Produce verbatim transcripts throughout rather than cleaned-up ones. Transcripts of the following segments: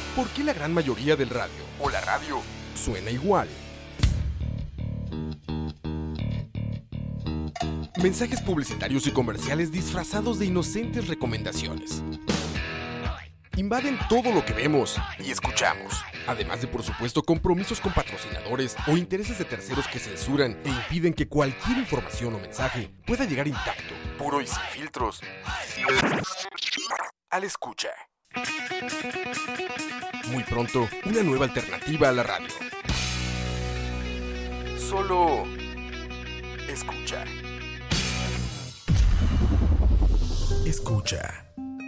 ¿Por qué la gran mayoría del radio, o la radio, suena igual? Mensajes publicitarios y comerciales disfrazados de inocentes recomendaciones. Invaden todo lo que vemos y escuchamos. Además de, por supuesto, compromisos con patrocinadores o intereses de terceros que censuran e impiden que cualquier información o mensaje pueda llegar intacto, puro y sin filtros, al escucha. Muy pronto, una nueva alternativa a la radio. Solo escucha. Escucha.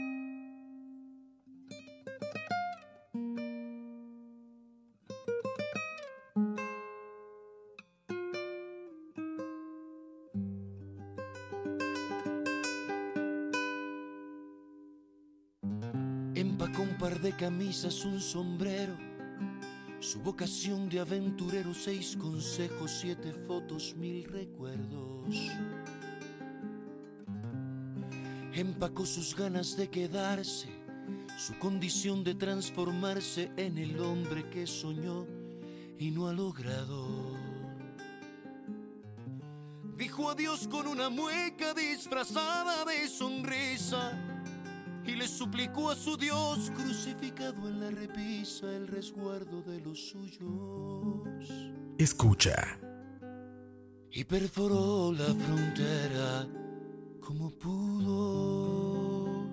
Empacó un par de camisas, un sombrero, su vocación de aventurero, seis consejos, siete fotos, mil recuerdos. Empacó sus ganas de quedarse, su condición de transformarse en el hombre que soñó y no ha logrado. Dijo adiós con una mueca disfrazada de sonrisa y le suplicó a su Dios crucificado en la repisa el resguardo de los suyos. Escucha. Y perforó la frontera como pudo.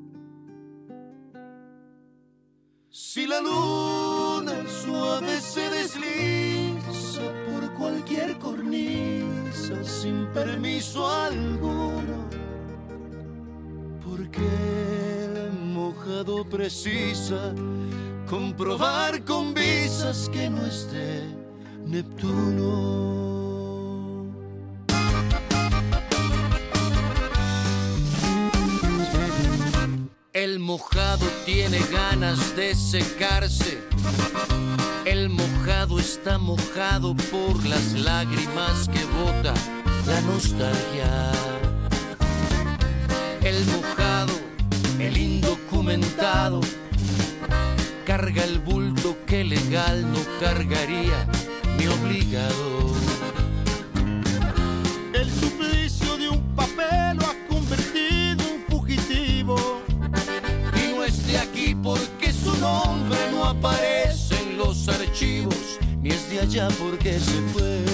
Si la luna suave se desliza por cualquier cornisa sin permiso alguno, porque el mojado precisa comprobar con visas que no es de Neptuno. El mojado tiene ganas de secarse. El mojado está mojado por las lágrimas que bota la nostalgia. El mojado, el indocumentado, carga el bulto que legal no cargaría ni obligado. El suplicio de un papel lo ha convertido en fugitivo. Y no es de aquí porque su nombre no aparece en los archivos, ni es de allá porque se fue.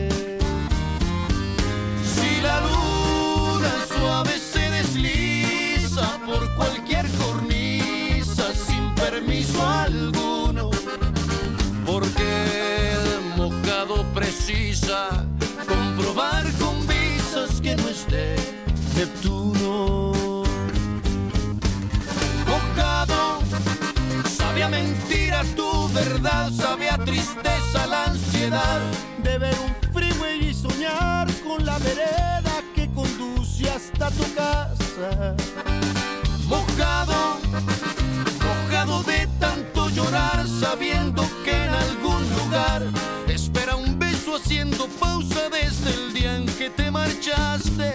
Si la luna suave se desliza por cualquier cornisa sin permiso alguno, porque el mojado precisa comprobar con visas que no es de Neptuno. Mojado, sabe a mentira tu verdad, sabe a tristeza la ansiedad de ver un freeway y soñar con la vereda que conduce hasta tu casa. Mojado, mojado de tanto llorar, sabiendo que en algún lugar te espera un beso haciendo pausa desde el día en que te marchaste.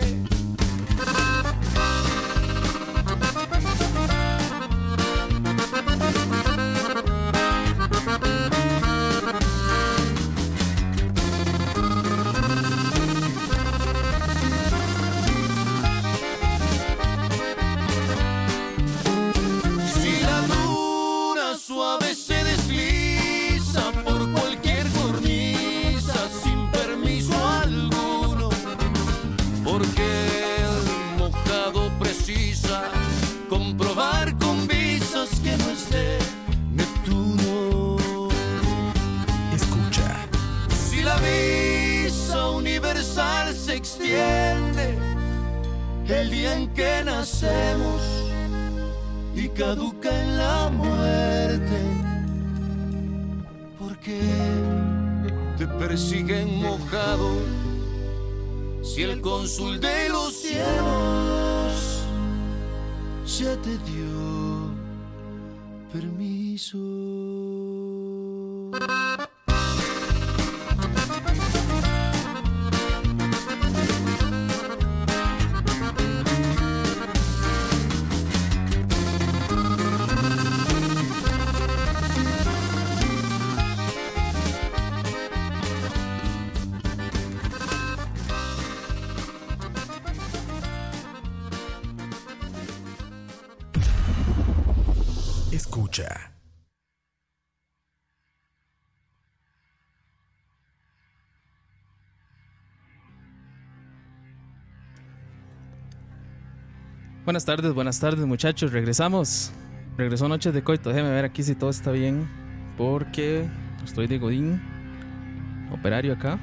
Suave se desliza por cualquier cornisa sin permiso alguno, porque el mojado precisa comprobar con visas que no es de Neptuno. Escucha. Si la visa universal se extiende el día en que nacemos y caduca en la muerte, porque te persiguen mojado si el cónsul de los cielos ya te dio permiso. escucha. Buenas tardes, buenas tardes muchachos, regresamos. Regresó Noches de Coito, déjenme ver aquí si todo está bien, porque estoy de godín, operario acá.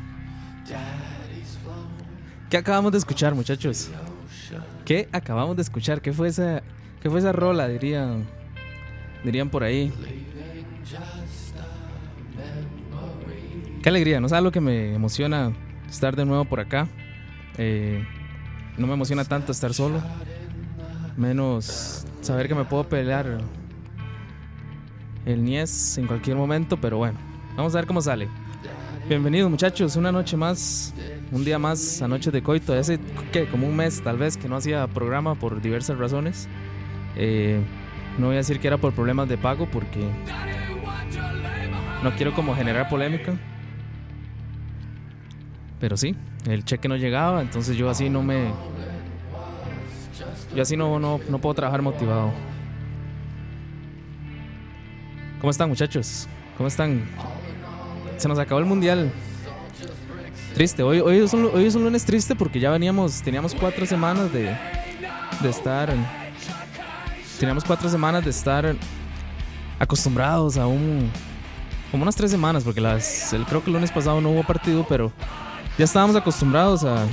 ¿Qué acabamos de escuchar, muchachos? ¿Qué acabamos de escuchar? ¿Qué fue esa, qué fue esa rola, dirían, dirían por ahí? Qué alegría, ¿no sabes lo que me emociona estar de nuevo por acá? Eh, no me emociona tanto estar solo, menos saber que me puedo pelear el Nies en cualquier momento, pero bueno, vamos a ver cómo sale. Bienvenidos muchachos, una noche más, un día más a Noches de Coito. Hace ¿qué? como un mes tal vez que no hacía programa por diversas razones. eh, No voy a decir que era por problemas de pago, porque no quiero como generar polémica, pero sí, el cheque no llegaba, entonces yo así no me Yo así no, no, no puedo trabajar motivado. ¿Cómo están muchachos? ¿Cómo están? Se nos acabó el mundial. Triste, hoy, hoy, es un, hoy es un lunes triste porque ya veníamos, teníamos cuatro semanas de, de estar Teníamos cuatro semanas de estar acostumbrados a un, como unas tres semanas, porque las, el, creo que el lunes pasado no hubo partido, pero ya estábamos acostumbrados a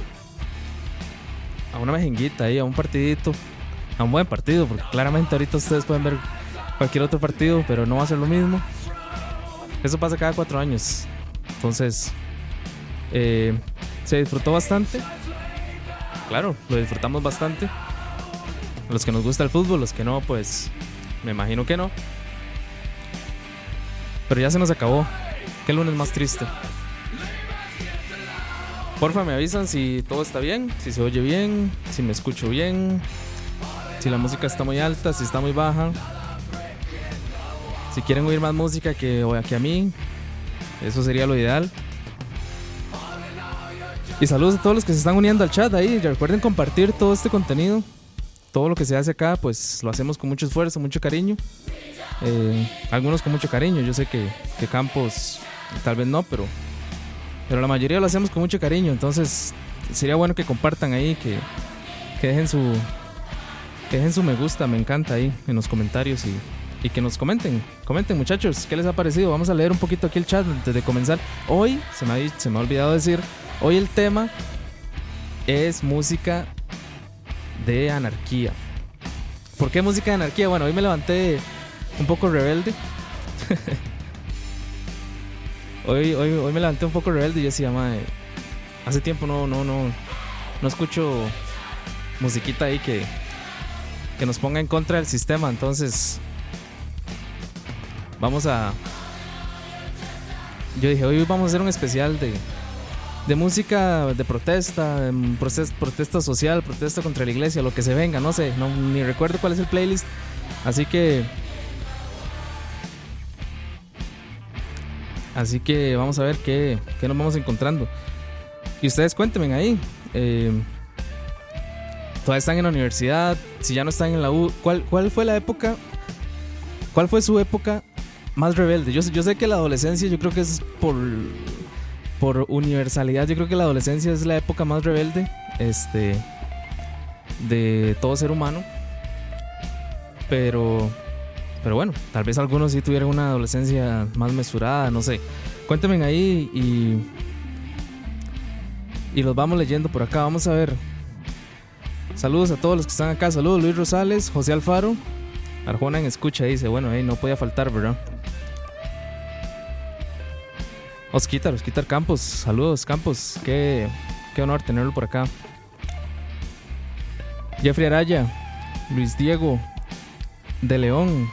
a una mejenguita ahí, a un partidito, a un buen partido, porque claramente ahorita ustedes pueden ver cualquier otro partido, pero no va a ser lo mismo. Eso pasa cada cuatro años. Entonces eh, se disfrutó bastante. Claro, lo disfrutamos bastante. Los que nos gusta el fútbol, los que no, pues me imagino que no. Pero ya se nos acabó. Qué lunes más triste. Porfa, me avisan si todo está bien, si se oye bien, si me escucho bien, si la música está muy alta, si está muy baja. Si quieren oír más música que, que a mí, eso sería lo ideal. Y saludos a todos los que se están uniendo al chat ahí. Recuerden compartir todo este contenido. Todo lo que se hace acá, pues lo hacemos con mucho esfuerzo, mucho cariño. Eh, algunos con mucho cariño. Yo sé que, que Campos tal vez no, pero... Pero la mayoría lo hacemos con mucho cariño. Entonces sería bueno que compartan ahí, que, que dejen su que dejen su me gusta, me encanta ahí en los comentarios, y, y que nos comenten. Comenten muchachos, ¿qué les ha parecido? Vamos a leer un poquito aquí el chat antes de comenzar. Hoy, se me ha, se me ha olvidado decir, hoy el tema es música de anarquía. ¿Por qué música de anarquía? Bueno, hoy me levanté un poco rebelde. Hoy, hoy, hoy me levanté un poco rebelde y yo decía, madre, hace tiempo no, no, no, no escucho musiquita ahí que, que nos ponga en contra del sistema. Entonces vamos a... Yo dije, hoy vamos a hacer un especial de, de música de protesta, de protesta, protesta social, protesta contra la iglesia, lo que se venga, no sé, no, ni recuerdo cuál es el playlist. Así que... Así que vamos a ver qué, qué nos vamos encontrando. Y ustedes cuéntenme ahí. Eh, todavía están en la universidad. Si ya no están en la U, ¿cuál, cuál fue la época? ¿Cuál fue su época más rebelde? Yo, yo sé que la adolescencia, yo creo que es por, por universalidad. Yo creo que la adolescencia es la época más rebelde este, de todo ser humano. Pero... Pero bueno, tal vez algunos sí tuvieran una adolescencia más mesurada, no sé. Cuéntenme ahí y, y los vamos leyendo por acá. Vamos a ver. Saludos a todos los que están acá. Saludos Luis Rosales, José Alfaro. Arjona en escucha dice, bueno, ahí no podía faltar, ¿verdad? Osquitar, Osquitar Campos. Saludos Campos, qué, qué honor tenerlo por acá. Jeffrey Araya, Luis Diego de León.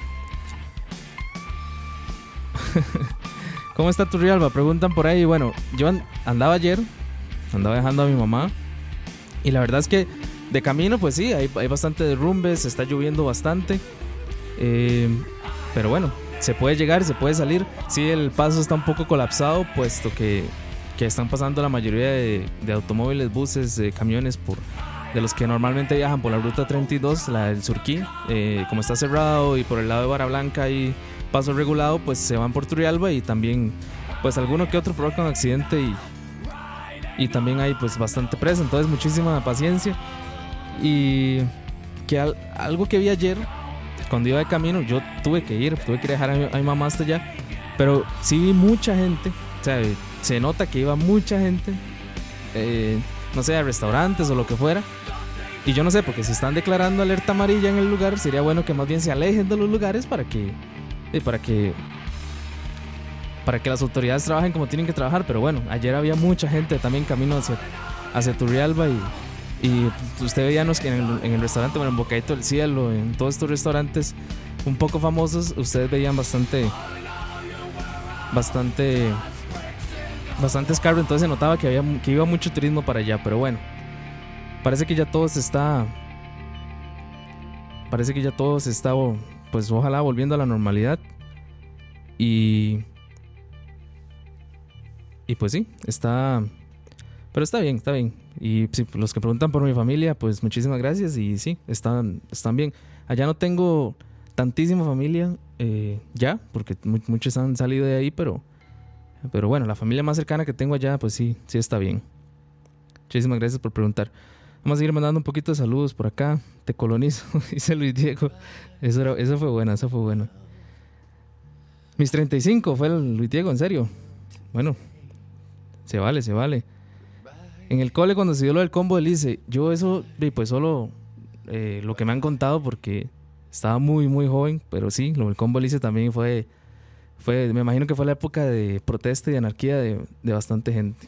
¿Cómo está Turrialba? Preguntan por ahí. Bueno, yo andaba ayer, andaba dejando a mi mamá, y la verdad es que de camino, pues sí, hay, hay bastante derrumbes, está lloviendo bastante, eh, pero bueno, se puede llegar, se puede salir. Sí, el paso está un poco colapsado, puesto que, que están pasando la mayoría de, de automóviles, buses, eh, camiones por, de los que normalmente viajan por la ruta treinta y dos, la del Surquí, eh, como está cerrado y por el lado de Vara Blanca hay paso regulado, pues se van por Turrialba y también pues alguno que otro provoca un accidente y, y también hay pues bastante presa, entonces muchísima paciencia. Y que al, algo que vi ayer cuando iba de camino, yo tuve que ir, tuve que dejar a mi, a mi mamá hasta allá, pero sí vi mucha gente, o sea, se nota que iba mucha gente, eh, no sé, a restaurantes o lo que fuera. Y yo no sé, porque si están declarando alerta amarilla en el lugar, sería bueno que más bien se alejen de los lugares para que, eh, para que, para que las autoridades trabajen como tienen que trabajar. Pero bueno, ayer había mucha gente también camino hacia, hacia Turrialba y, y usted veía en el, en el restaurante, bueno, en Bocadito del Cielo, en todos estos restaurantes un poco famosos, ustedes veían bastante, bastante, bastantes carros, entonces se notaba que había, que iba mucho turismo para allá. Pero bueno, parece que ya todo se está Parece que ya todo se está pues ojalá volviendo a la normalidad. Y Y pues sí, está Pero está bien, está bien. Y sí, los que preguntan por mi familia, pues muchísimas gracias. Y sí, están, están bien. Allá no tengo tantísima familia eh, ya, porque muchos han salido de ahí, pero Pero bueno, la familia más cercana que tengo allá, pues sí, sí está bien. Muchísimas gracias por preguntar. Vamos a seguir mandando un poquito de saludos por acá. Te colonizo, dice Luis Diego. Eso, era, eso fue bueno, eso fue bueno. Mis treinta y cinco fue el Luis Diego, en serio. Bueno, se vale, se vale. En el cole cuando se dio lo del combo del I C E, yo eso, pues solo eh, lo que me han contado porque estaba muy, muy joven. Pero sí, lo del combo del I C E también fue, fue, me imagino que fue la época de protesta y de anarquía de, de bastante gente.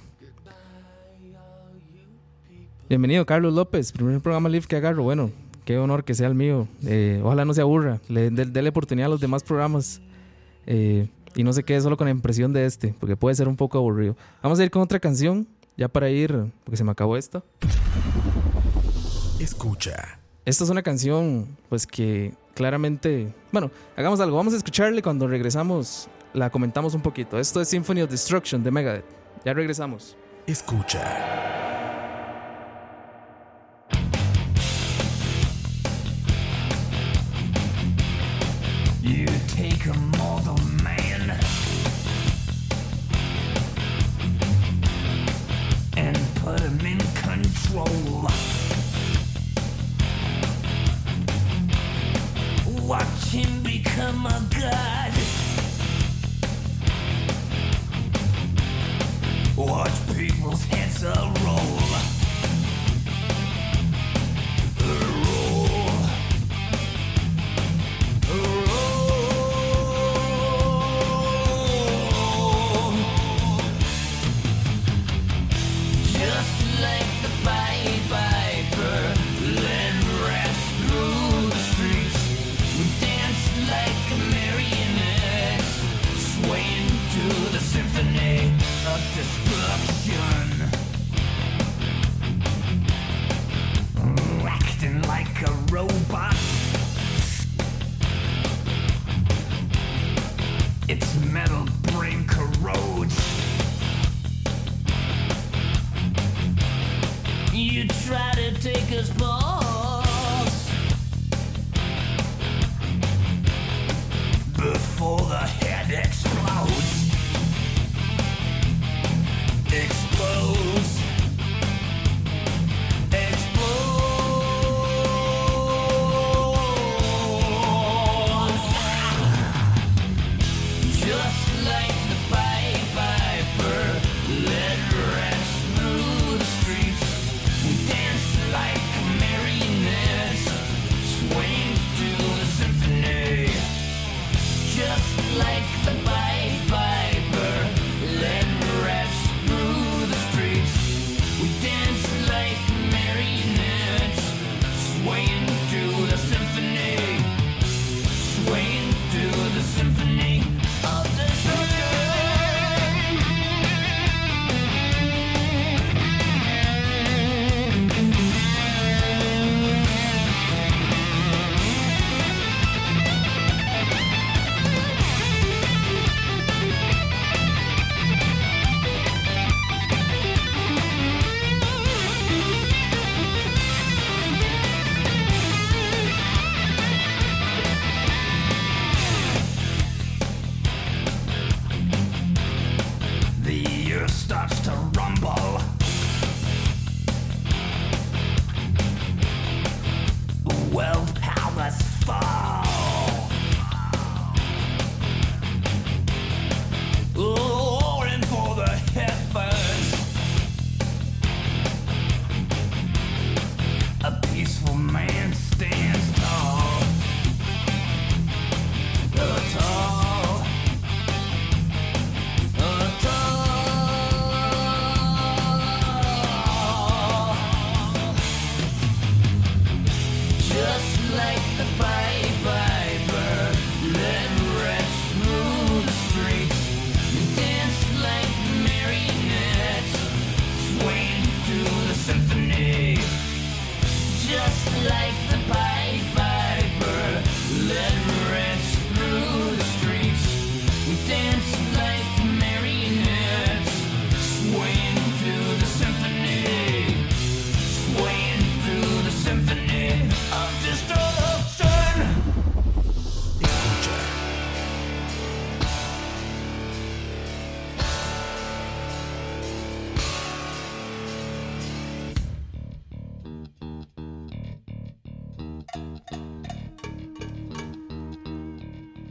Bienvenido Carlos López, primer programa live que agarro. Bueno, qué honor que sea el mío. Eh, ojalá no se aburra. Le, de, dele oportunidad a los demás programas. Eh, y no se quede solo con la impresión de este, porque puede ser un poco aburrido. Vamos a ir con otra canción, ya para ir, porque se me acabó esta. Escucha. Esta es una canción, pues que claramente... Bueno, hagamos algo. Vamos a escucharle cuando regresamos. La comentamos un poquito. Esto es Symphony of Destruction de Megadeth. Ya regresamos. Escucha. You take a mortal man and put him in control. Watch him become a god. Watch people's heads a roll. Roll. Roll. Destruction, acting like a robot. Its metal brain corrodes. You try to take us balls before the head explodes. Explodes.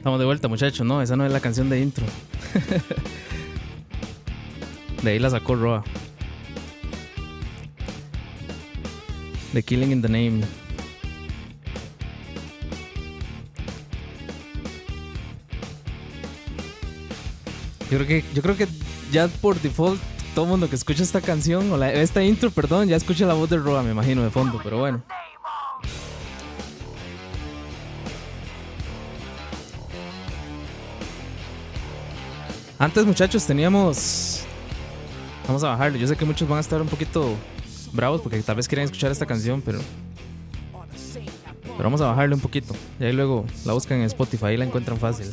Estamos de vuelta, muchachos. No, esa no es la canción de intro. De ahí la sacó Roa. The Killing in the Name. Yo creo que, yo creo que ya por default todo el mundo que escucha esta canción o la, esta intro, perdón, ya escucha la voz de Roa, me imagino, de fondo, pero bueno. Antes, muchachos, teníamos... Vamos a bajarlo. Yo sé que muchos van a estar un poquito bravos porque tal vez quieran escuchar esta canción, pero... Pero vamos a bajarle un poquito. Y ahí luego la buscan en Spotify y la encuentran fácil.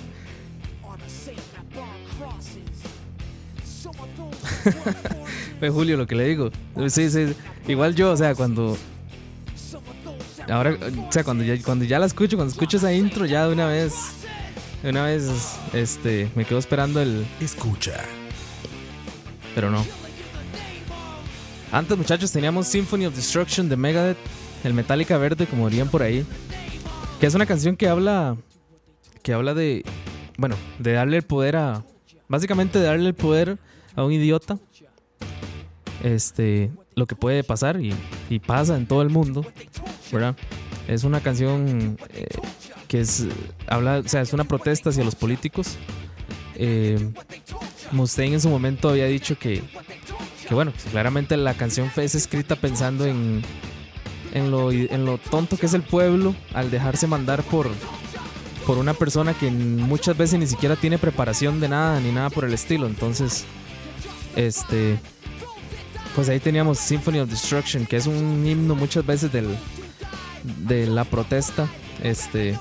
Fue Julio lo que le digo. Sí, sí. Igual yo, o sea, cuando... Ahora, o sea, cuando ya, cuando ya la escucho, cuando escucho esa intro, ya de una vez... De una vez, este... Me quedo esperando el... Escucha. Pero no. Antes, muchachos, teníamos Symphony of Destruction de Megadeth. El Metallica verde, como dirían por ahí. Que es una canción que habla... Que habla de... Bueno, de darle el poder a... Básicamente de darle el poder a un idiota. Este... Lo que puede pasar y, y pasa en todo el mundo, ¿verdad? Es una canción eh, que es... Habla... O sea, es una protesta hacia los políticos. Eh... Mustaine en su momento había dicho que... Que bueno, claramente la canción es escrita pensando en... En lo, en lo tonto que es el pueblo al dejarse mandar por, por una persona que muchas veces ni siquiera tiene preparación de nada ni nada por el estilo. Entonces, este, pues ahí teníamos Symphony of Destruction, que es un himno muchas veces del, de la protesta, este,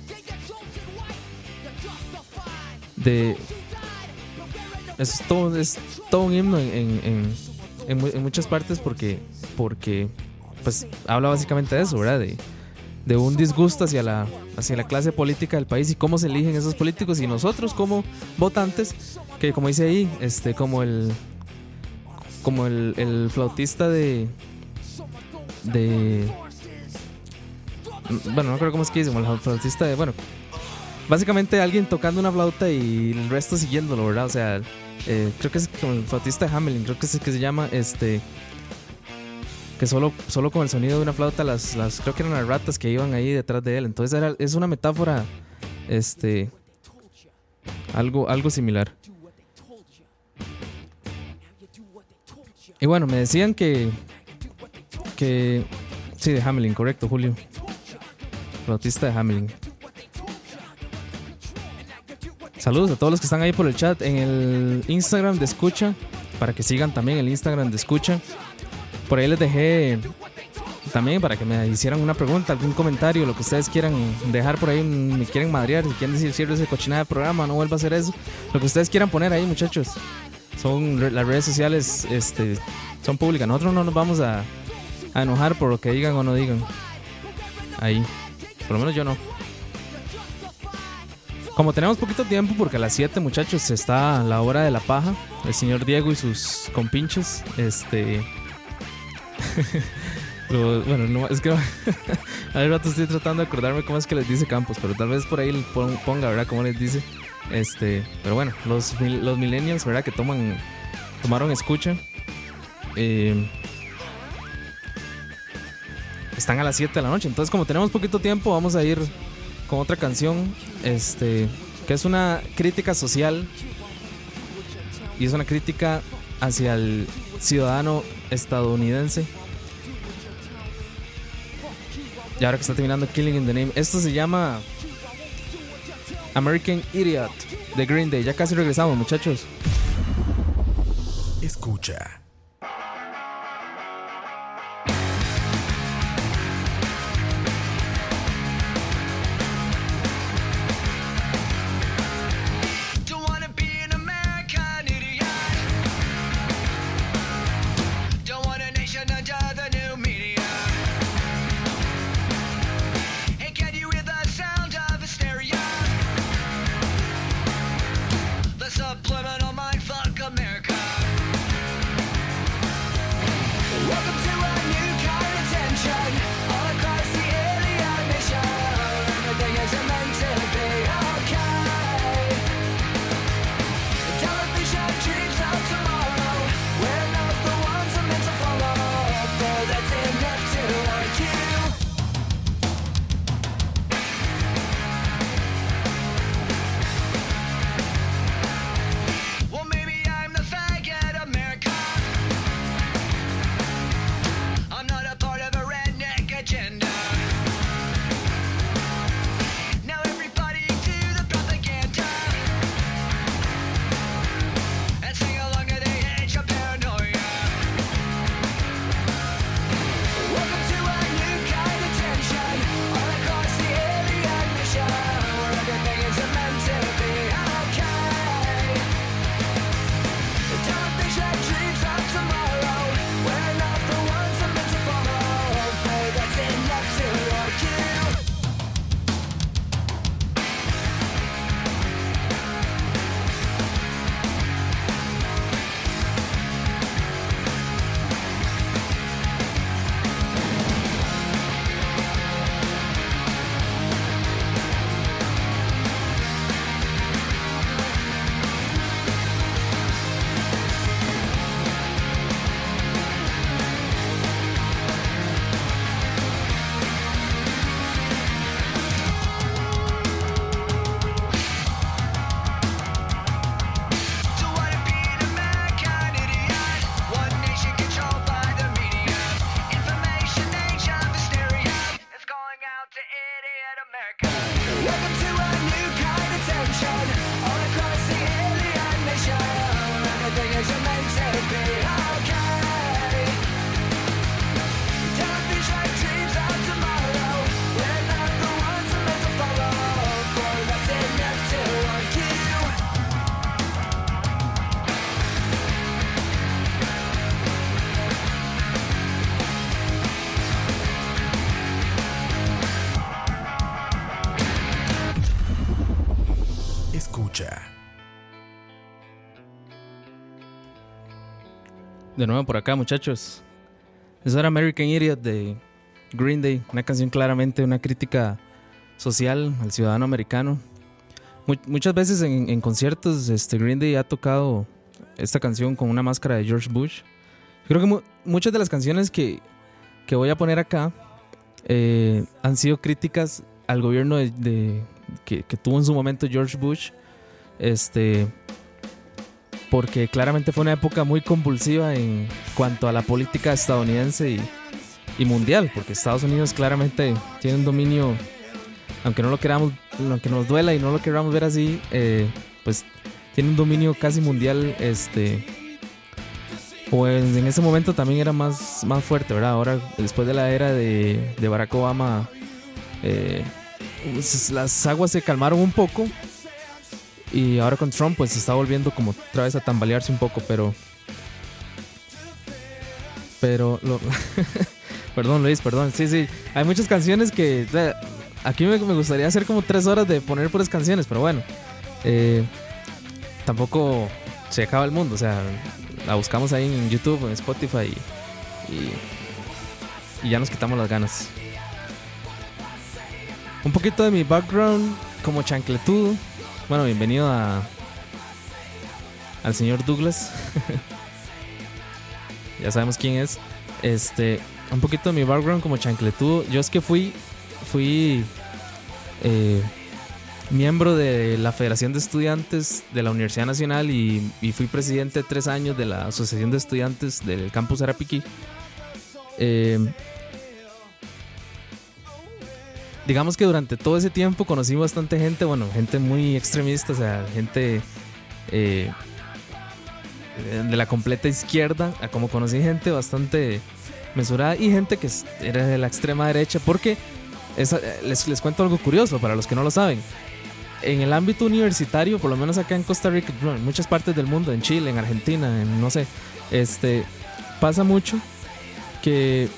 de, es todo, es todo un himno en, en, en, en, en muchas partes porque, porque pues habla básicamente de eso, ¿verdad? De, de un disgusto hacia la, hacia la clase política del país y cómo se eligen esos políticos y nosotros como votantes, que como dice ahí, este, como el como el, el flautista de de bueno, no creo cómo es que dice, como el flautista de, bueno, básicamente alguien tocando una flauta y el resto siguiéndolo, ¿verdad? O sea, eh, creo que es como el flautista de Hamelin, creo que es el que se llama, este, que solo, solo con el sonido de una flauta las, las creo que eran las ratas que iban ahí detrás de él. Entonces era, es una metáfora, este, algo, algo similar. Y bueno, me decían que que sí, de Hamelin, correcto, Julio, flautista de Hamelin. Saludos a todos los que están ahí por el chat en el Instagram de Escucha, para que sigan también el Instagram de Escucha. Por ahí les dejé también para que me hicieran una pregunta, algún comentario, lo que ustedes quieran dejar por ahí, me quieren madrear, si quieren decir cierre ese cochinada de programa, no vuelva a hacer eso, lo que ustedes quieran poner ahí, muchachos. Son las redes sociales, este, son públicas, nosotros no nos vamos a, a enojar por lo que digan o no digan ahí, por lo menos yo no. Como tenemos poquito tiempo, porque a las siete, muchachos, está la hora de la paja, el señor Diego y sus compinches, este... Pero, bueno, no, es que a ver, rato estoy tratando de acordarme cómo es que les dice Campos, pero tal vez por ahí ponga, ¿verdad? Cómo les dice. Este, pero bueno, los, los millennials, ¿verdad? Que toman, tomaron escucha. Eh, están a las siete de la noche. Entonces, como tenemos poquito tiempo, vamos a ir con otra canción. Este, que es una crítica social. Y es una crítica hacia el ciudadano estadounidense. Y ahora que está terminando Killing in the Name, esto se llama American Idiot de Green Day. Ya casi regresamos, muchachos. Escucha. Subliminal mindfuck America. Media. De nuevo por acá, muchachos. Eso era American Idiot de Green Day, una canción claramente una crítica social al ciudadano americano. Muchas veces en, en conciertos este, Green Day ha tocado esta canción con una máscara de George Bush. Yo creo que mu- muchas de las canciones que, que voy a poner acá eh, han sido críticas al gobierno de, de, que, que tuvo en su momento George Bush, este, porque claramente fue una época muy convulsiva en cuanto a la política estadounidense y, y mundial, porque Estados Unidos claramente tiene un dominio, aunque no lo queramos, aunque nos duela y no lo queramos ver así, eh, pues tiene un dominio casi mundial, este, pues en ese momento también era más, más fuerte, ¿verdad? Ahora, después de la era de, de Barack Obama, eh, pues las aguas se calmaron un poco y ahora con Trump pues se está volviendo como otra vez a tambalearse un poco, pero pero lo, perdón Luis, perdón, sí, sí, hay muchas canciones que aquí me, me gustaría hacer como tres horas de poner puras canciones, pero bueno, eh, tampoco se acaba el mundo, o sea, la buscamos ahí en YouTube, en Spotify y, y, y ya nos quitamos las ganas. Un poquito de mi background como chancletudo. Bueno, bienvenido a al señor Douglas. Ya sabemos quién es. Este, un poquito de mi background como chancletudo. Yo es que fui fui eh, miembro de la Federación de Estudiantes de la Universidad Nacional y, y fui presidente tres años de la Asociación de Estudiantes del Campus Arapiquí. Eh, digamos que durante todo ese tiempo conocí bastante gente, bueno, gente muy extremista, o sea, gente eh, de la completa izquierda, como conocí gente bastante mesurada y gente que era de la extrema derecha, porque esa, les, les cuento algo curioso para los que no lo saben. En el ámbito universitario, por lo menos acá en Costa Rica, bueno, en muchas partes del mundo, en Chile, en Argentina, en no sé, este, pasa mucho que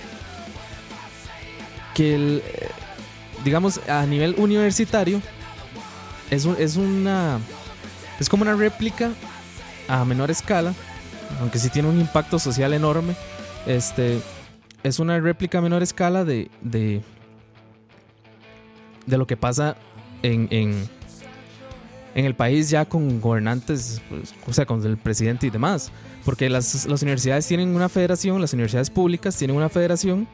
que el digamos, a nivel universitario es, un, es una es como una réplica a menor escala, aunque sí tiene un impacto social enorme. Este es una réplica a menor escala de de, de lo que pasa en, en en el país ya con gobernantes, pues, o sea, con el presidente y demás, porque las, las universidades tienen una federación, las universidades públicas tienen una federación,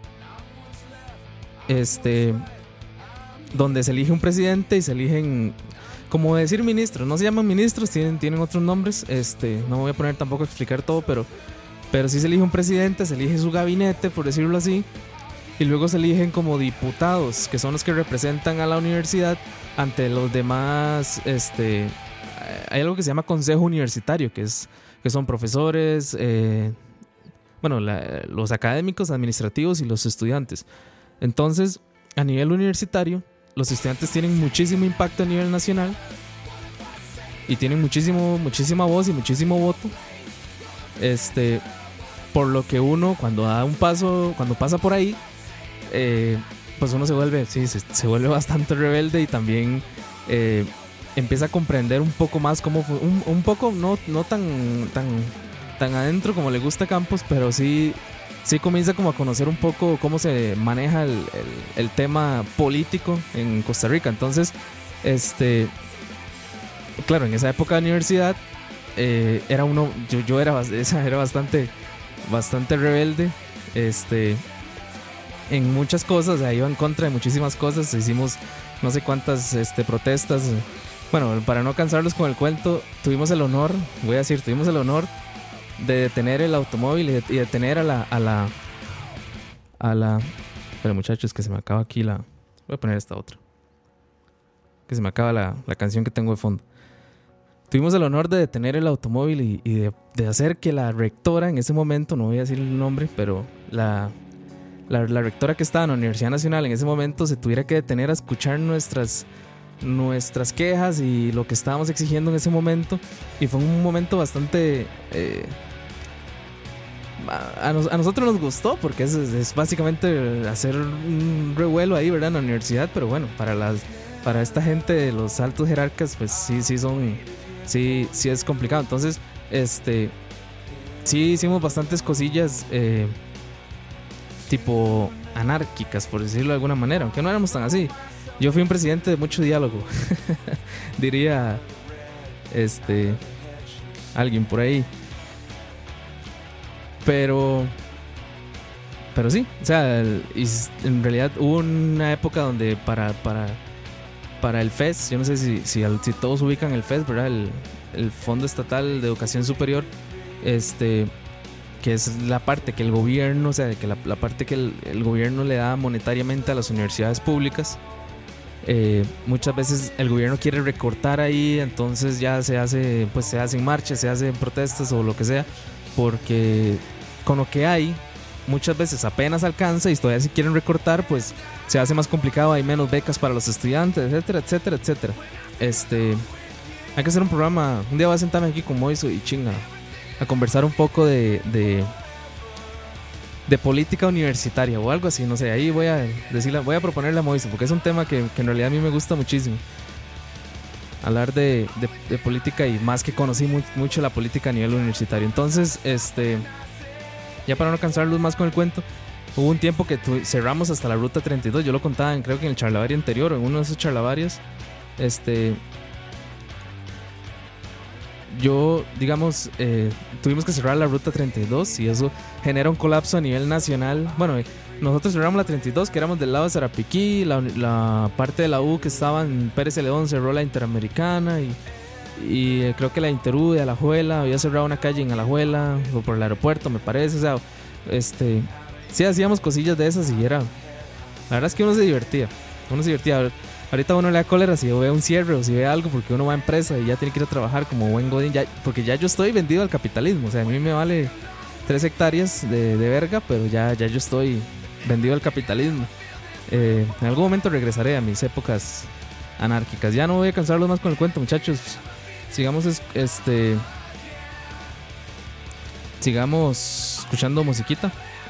este donde se elige un presidente y se eligen, como decir ministros, no se llaman ministros, tienen, tienen otros nombres, este, no voy a poner tampoco a explicar todo, pero, pero sí se elige un presidente, se elige su gabinete, por decirlo así, y luego se eligen como diputados, que son los que representan a la universidad ante los demás, este, hay algo que se llama consejo universitario, que, es, que son profesores, eh, bueno, la, los académicos, administrativos y los estudiantes. Entonces, a nivel universitario, los estudiantes tienen muchísimo impacto a nivel nacional y tienen muchísimo, muchísima voz y muchísimo voto. Este, por lo que uno cuando da un paso, cuando pasa por ahí, eh, pues uno se vuelve, sí, se, se vuelve bastante rebelde y también eh, empieza a comprender un poco más cómo fue, un, un poco no, no tan, tan, tan adentro como le gusta a Campos, pero sí. Sí comienza como a conocer un poco cómo se maneja el, el, el tema político en Costa Rica. Entonces, este, claro, en esa época de universidad eh, era uno, yo, yo era, era bastante, bastante rebelde, este, en muchas cosas, o sea, iba en contra de muchísimas cosas. Hicimos no sé cuántas este, protestas. Bueno, para no cansarlos con el cuento, tuvimos el honor, voy a decir, tuvimos el honor de detener el automóvil y, de, y detener a la a la a la pero muchachos, que se me acaba aquí la voy a poner esta otra que se me acaba la, la canción que tengo de fondo. Tuvimos el honor de detener el automóvil y, y de, de hacer que la rectora en ese momento, no voy a decir el nombre, pero la, la la rectora que estaba en la Universidad Nacional en ese momento se tuviera que detener a escuchar nuestras nuestras quejas y lo que estábamos exigiendo en ese momento, y fue un momento bastante eh, a, a, nos, a nosotros nos gustó porque es, es básicamente hacer un revuelo ahí, ¿verdad? En la universidad, pero bueno, para las para esta gente de los altos jerarcas, pues sí, sí son, sí, sí es complicado. Entonces, este, sí hicimos bastantes cosillas eh, tipo anárquicas, por decirlo de alguna manera, aunque no éramos tan así. Yo fui un presidente de mucho diálogo, diría este alguien por ahí. Pero pero sí, o sea, el, en realidad hubo una época donde para para para el F E S, yo no sé si si, si todos ubican el F E S, ¿verdad? El, el Fondo Estatal de Educación Superior, este que es la parte que el gobierno, o sea, que la, la parte que el, el gobierno le da monetariamente a las universidades públicas. Eh, muchas veces el gobierno quiere recortar ahí, entonces ya se hace, pues se hacen marchas, se hacen protestas o lo que sea, porque con lo que hay muchas veces apenas alcanza, y todavía si quieren recortar, pues se hace más complicado, hay menos becas para los estudiantes, etcétera, etcétera, etcétera. Este, hay que hacer un programa, un día voy a sentarme aquí con Moiso y chinga a conversar un poco de, de de política universitaria o algo así, no sé, ahí voy a decirle, voy a proponerle a Moiso, porque es un tema que, que en realidad a mí me gusta muchísimo. Hablar de, de, de política, y más que conocí muy, mucho la política a nivel universitario. Entonces, este, ya para no cansarlos más con el cuento, hubo un tiempo que tu, cerramos hasta la ruta treinta y dos. Yo lo contaba, en, creo que en el charlavario anterior o en uno de esos charlavarios. Este, yo, digamos, eh, tuvimos que cerrar la ruta treinta y dos, y eso genera un colapso a nivel nacional. Bueno, eh, nosotros cerramos la treinta y dos, que éramos del lado de Sarapiquí, la, la parte de la U que estaba en Pérez Celedón cerró la Interamericana, y, y eh, creo que la Interú de Alajuela había cerrado una calle en Alajuela, o por el aeropuerto, me parece. O sea, este, sí hacíamos cosillas de esas, y era, la verdad es que uno se divertía, uno se divertía. Ahorita uno le da cólera si ve un cierre o si ve algo, porque uno va a empresa y ya tiene que ir a trabajar como buen godín, ya, porque ya yo estoy vendido al capitalismo. O sea, a mí me vale tres hectáreas de, de verga, pero ya, ya yo estoy vendido al capitalismo. Eh, en algún momento regresaré a mis épocas anárquicas. Ya no voy a cansarlos más con el cuento, muchachos. Sigamos este sigamos escuchando musiquita.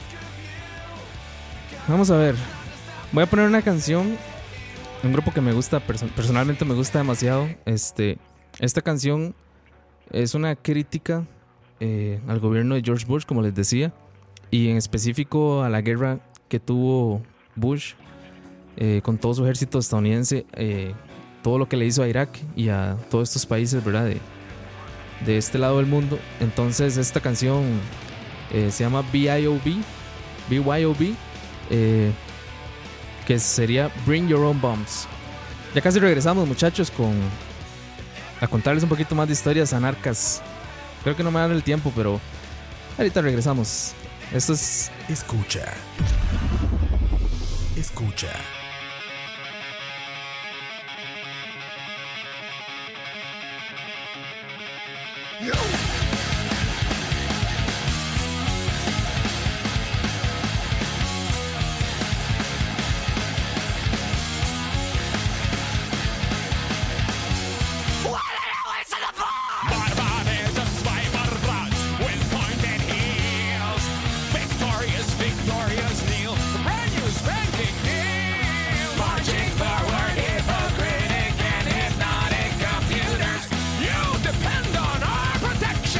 Vamos a ver. Voy a poner una canción, un grupo que me gusta, perso- personalmente me gusta demasiado. Este, esta canción es una crítica eh, al gobierno de George Bush, como les decía, y en específico a la guerra que tuvo Bush eh, con todo su ejército estadounidense, eh, todo lo que le hizo a Irak y a todos estos países, ¿verdad? De, de este lado del mundo. Entonces esta canción eh, se llama B Y O B, B Y O B, eh, que sería Bring Your Own Bombs. Ya casi regresamos, muchachos, con a contarles un poquito más de historias anarcas. Creo que no me dan el tiempo, pero ahorita regresamos. Esto es... Escucha. Escucha. Protection.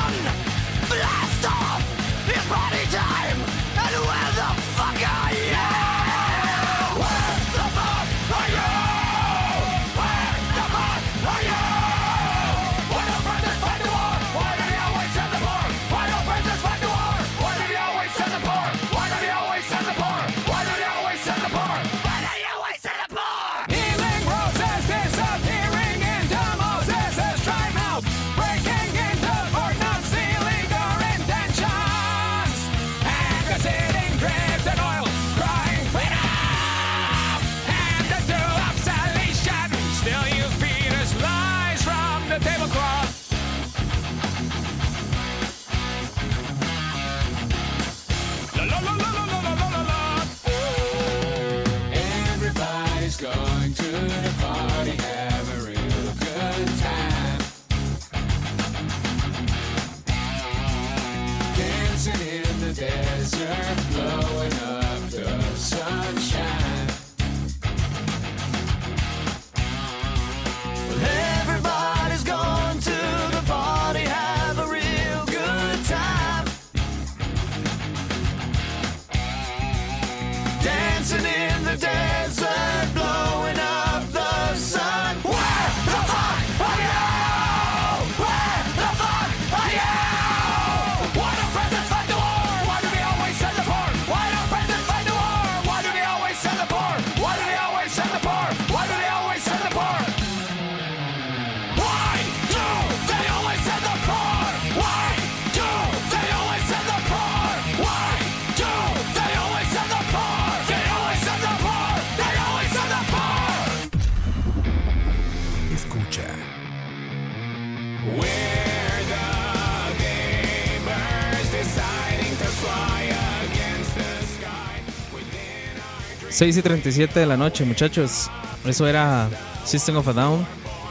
seis y treinta y siete de la noche, muchachos. Eso era System of a Down,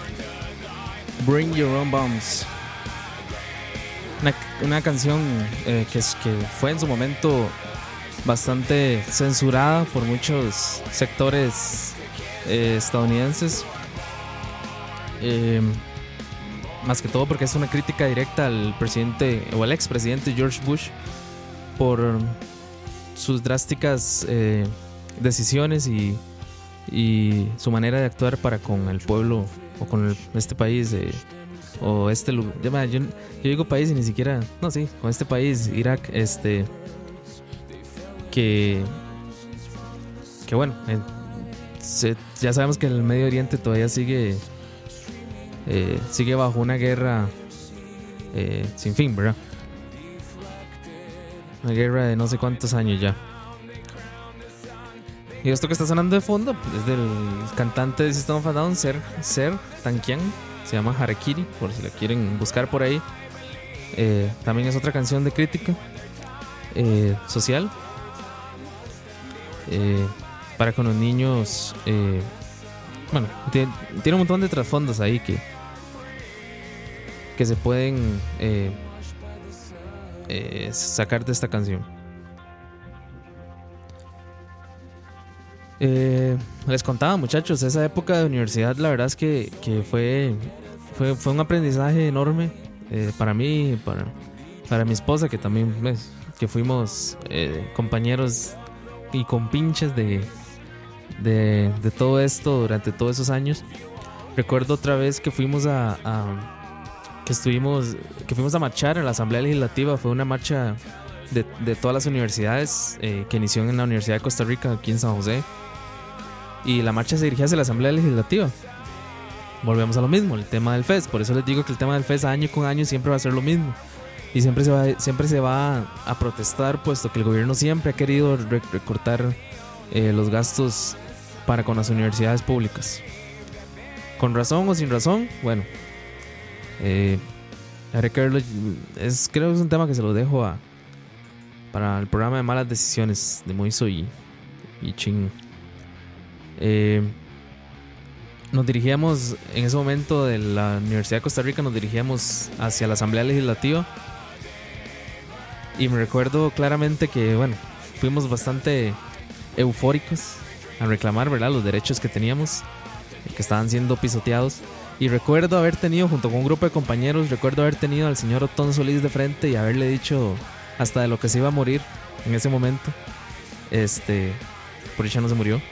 Bring Your Own Bombs. Una, una canción eh, que, es, que fue en su momento bastante censurada por muchos sectores eh, estadounidenses. Eh, más que todo porque es una crítica directa al presidente o al expresidente George Bush por sus drásticas eh, decisiones y, y su manera de actuar para con el pueblo o con el, este país eh, o este lugar. Yo, yo, yo digo país y ni siquiera, no, sí, con este país, Irak, este, que, que bueno, eh, se, ya sabemos que el Medio Oriente todavía sigue, eh, sigue bajo una guerra eh, sin fin, ¿verdad? Una guerra de no sé cuántos años ya. Y esto que está sonando de fondo es del cantante de System of a Down, Ser, Ser Tankian. Se llama Harakiri, por si la quieren buscar por ahí. Eh, también es otra canción de crítica eh, social eh, para con los niños. Eh, bueno, tiene, tiene un montón de trasfondos ahí que, que se pueden eh, eh, sacar de esta canción. Eh, les contaba, muchachos, esa época de universidad, la verdad es que, que fue, fue, fue un aprendizaje enorme eh, para mí, para, para mi esposa, que también pues, que fuimos eh, compañeros y compinches de, de, de todo esto durante todos esos años. Recuerdo otra vez que fuimos a, a que estuvimos que fuimos a marchar en la Asamblea Legislativa. Fue una marcha de, de todas las universidades eh, que inició en la Universidad de Costa Rica aquí en San José. Y la marcha se dirigía hacia la Asamblea Legislativa. Volvemos a lo mismo, el tema del F E S. Por eso les digo que el tema del F E S año con año siempre va a ser lo mismo. Y siempre se va, siempre se va a protestar, puesto que el gobierno siempre ha querido recortar eh, los gastos para con las universidades públicas. Con razón o sin razón, bueno. Eh, es, creo que es un tema que se lo dejo a para el programa de Malas Decisiones de Moiso y, y Ching. Eh, nos dirigíamos en ese momento de la Universidad de Costa Rica, nos dirigíamos hacia la Asamblea Legislativa. Y me recuerdo claramente que, bueno, fuimos bastante eufóricos a reclamar, ¿verdad?, los derechos que teníamos, que estaban siendo pisoteados. Y recuerdo haber tenido, junto con un grupo de compañeros, recuerdo haber tenido al señor Otón Solís de frente y haberle dicho hasta de lo que se iba a morir en ese momento. Este, por dicha no se murió.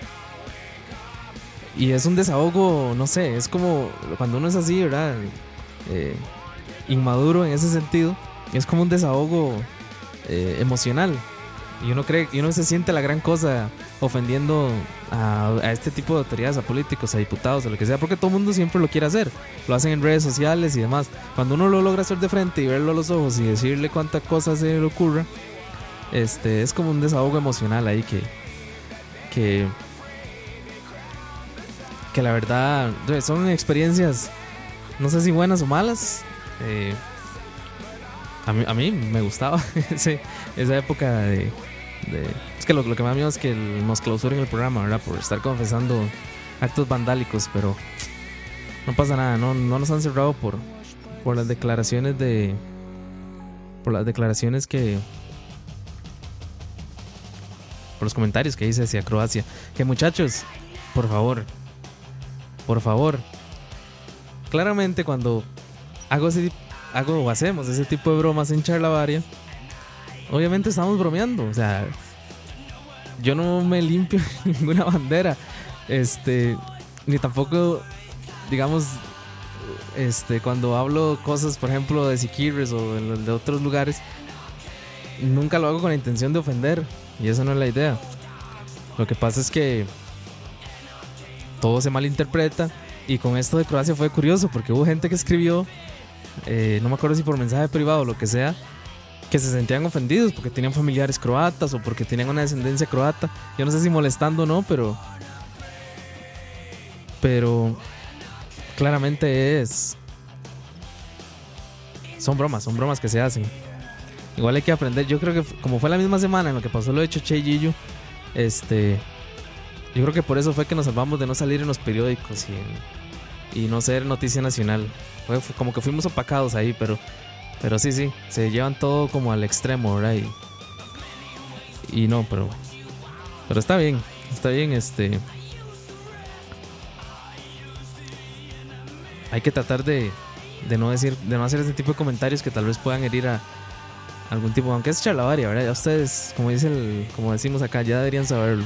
Y es un desahogo, no sé, es como cuando uno es así, ¿verdad? Eh, inmaduro en ese sentido. Es como un desahogo eh, emocional. Y uno cree, y uno se siente la gran cosa ofendiendo a, a este tipo de autoridades, a políticos, a diputados, a lo que sea, porque todo el mundo siempre lo quiere hacer. Lo hacen en redes sociales y demás. Cuando uno lo logra hacer de frente y verlo a los ojos y decirle cuánta cosa se le ocurra, este, es como un desahogo emocional ahí que, que, que la verdad son experiencias, no sé si buenas o malas. Eh, a mí, a mí me gustaba ese, esa época de, de es que lo, lo que más miedo es que el, nos clausuren el programa, ¿verdad? Por estar confesando actos vandálicos, pero no pasa nada, no, no nos han cerrado por, por las declaraciones de por las declaraciones que por los comentarios que hice hacia Croacia. Que muchachos, por favor, por favor, claramente cuando hago ese hago o hacemos ese tipo de bromas en Charlavaria, obviamente estamos bromeando, o sea, yo no me limpio ninguna bandera, este, ni tampoco, digamos, este, cuando hablo cosas, por ejemplo, de Siquirres o de, de otros lugares, nunca lo hago con la intención de ofender, y esa no es la idea. Lo que pasa es que todo se malinterpreta, y con esto de Croacia fue curioso, porque hubo gente que escribió, eh, no me acuerdo si por mensaje privado o lo que sea, que se sentían ofendidos porque tenían familiares croatas o porque tenían una descendencia croata. Yo no sé si molestando o no, pero pero claramente es son bromas, son bromas que se hacen. Igual hay que aprender. Yo creo que como fue la misma semana en lo que pasó lo de Choché y Gillo, este, yo creo que por eso fue que nos salvamos de no salir en los periódicos y, en, y no ser noticia nacional. Fue, fue como que fuimos opacados ahí, pero Pero sí, sí, se llevan todo como al extremo, ¿verdad? Y, y no, pero Pero está bien, está bien, este hay que tratar de, de no decir, de no hacer ese tipo de comentarios que tal vez puedan herir a algún tipo, aunque es charlavaria, ¿verdad? Ya ustedes, como dice el, como decimos acá, ya deberían saberlo.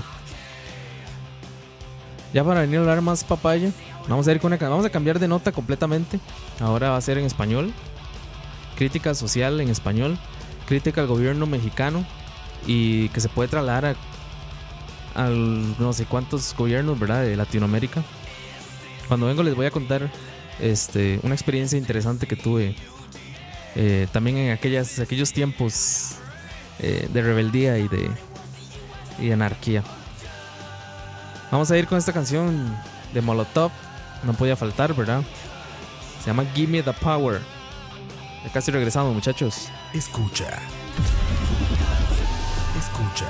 Ya para venir a hablar más papaya, vamos a ir con una, vamos a cambiar de nota completamente. Ahora va a ser en español. Crítica social en español, crítica al gobierno mexicano y que se puede trasladar a, al no sé cuántos gobiernos, ¿verdad? De Latinoamérica. Cuando vengo les voy a contar este, una experiencia interesante que tuve eh, también en aquellas, aquellos tiempos eh, de rebeldía y de, y de anarquía. Vamos a ir con esta canción de Molotov, no podía faltar, ¿verdad? Se llama Give Me the Power. Ya casi regresamos, muchachos. Escucha. Escucha.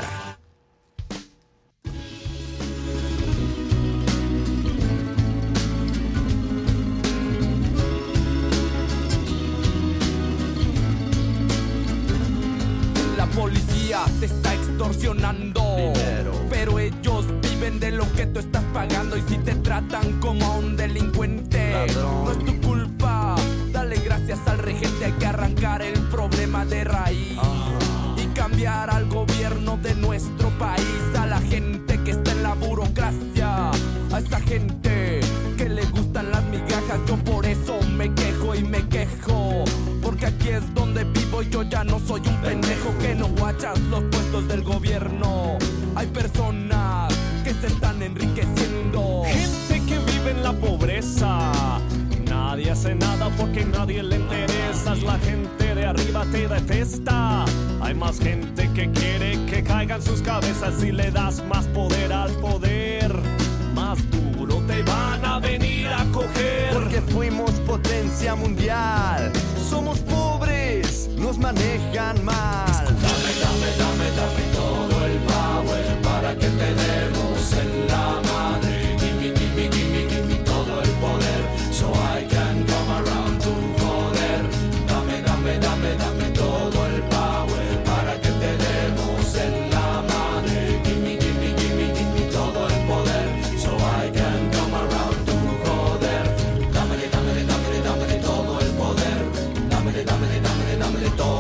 La policía te está extorsionando dinero, pero ellos viven de lo que tú estás pagando. Y si te tratan como a un delincuente, ladrón, no es tu culpa. Dale gracias al regente, hay que arrancar el problema de raíz uh-huh. y cambiar al gobierno de nuestro país, a la gente que está en la burocracia, a esa gente que le gustan las migajas. Yo por eso me quejo y me quejo, porque aquí es donde vivo y yo ya no soy un pendejo que no guachas los puestos del gobierno. Hay personas que se están enriqueciendo, gente que vive en la pobreza. Nadie hace nada porque nadie le interesas. La gente de arriba te detesta. Hay más gente que quiere que caigan sus cabezas. Si le das más poder al poder, más duro te van a venir a coger. Porque fuimos potencia mundial. Somos pobres, nos manejan mal. Dame, dame, dame, dame todo el power para que te demos en la madre. Gimme, gimme, gimme, gimme todo el poder, so I can come around to joder. Dame, dame, dame, dame todo el power para que te demos en la madre. Gimme, gimme, gimme, gimme todo el poder, so I can come around to joder. Dame, dame.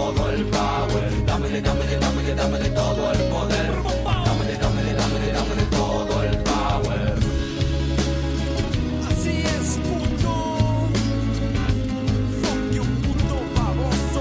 todo el power. Dámele, dámele, dámele, dámele todo el poder. Dámele, dámele, dámele, dámele todo el power. Así es, puto. Fuck you, puto baboso.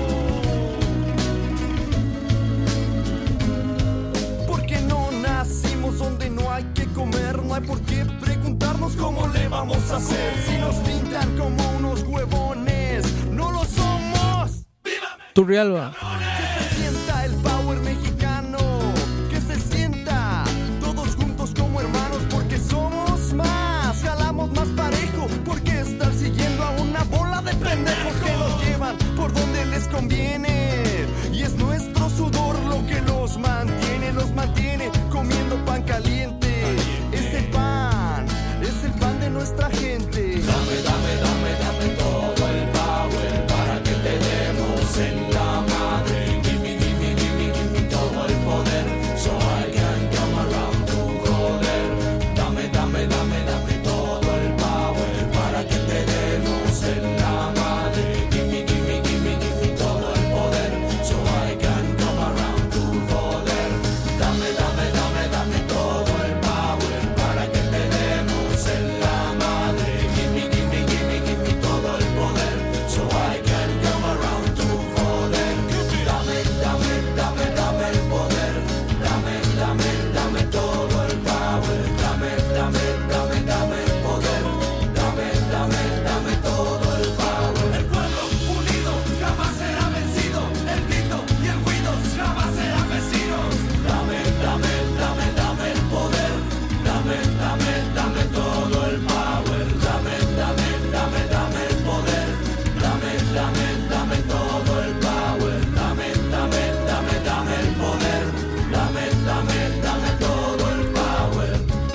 Porque no nacimos donde no hay que comer. No hay por qué preguntarnos cómo le vamos a hacer. Si nos pintan como unos huevones, no lo somos. Turrialba. Que se sienta el power mexicano, que se sienta todos juntos como hermanos, porque somos más, jalamos más parejo, porque estar siguiendo a una bola de pendejos que nos llevan por donde les conviene, y es nuestro sudor lo que los mantiene, los mantiene comiendo pan caliente, ese pan, es el pan de nuestra gente. Dame, dame, dame, dame todo el power para que te demos en la madre. Gimme, gimme, gimme, gimme todo el poder so I can come around to joder. Dame, dame, dame, dame todo el power para que te demos en la madre. Gimme, gimme, gimme, gimme todo el poder so I can come around to joder. Dame, dame, dame, dame todo el power para que te demos en la madre. Gimme, gimme, gimme, gimme todo el poder so I can come around to joder. Dame, dame, dame, dame el poder. Dame, dame, dame todo el power. Dame, dame, dame, dame el poder. Dame, dame, dame todo el power. El pueblo unido jamás será vencido. El grito y el ruido jamás serán vecinos. Dame, dame, dame, dame el poder. Dame, dame, dame todo el power. Dame, dame, dame, dame el poder. Dame, dame, dame todo el power. Dame, dame, dame, dame el poder. Dame, dame, dame todo el power.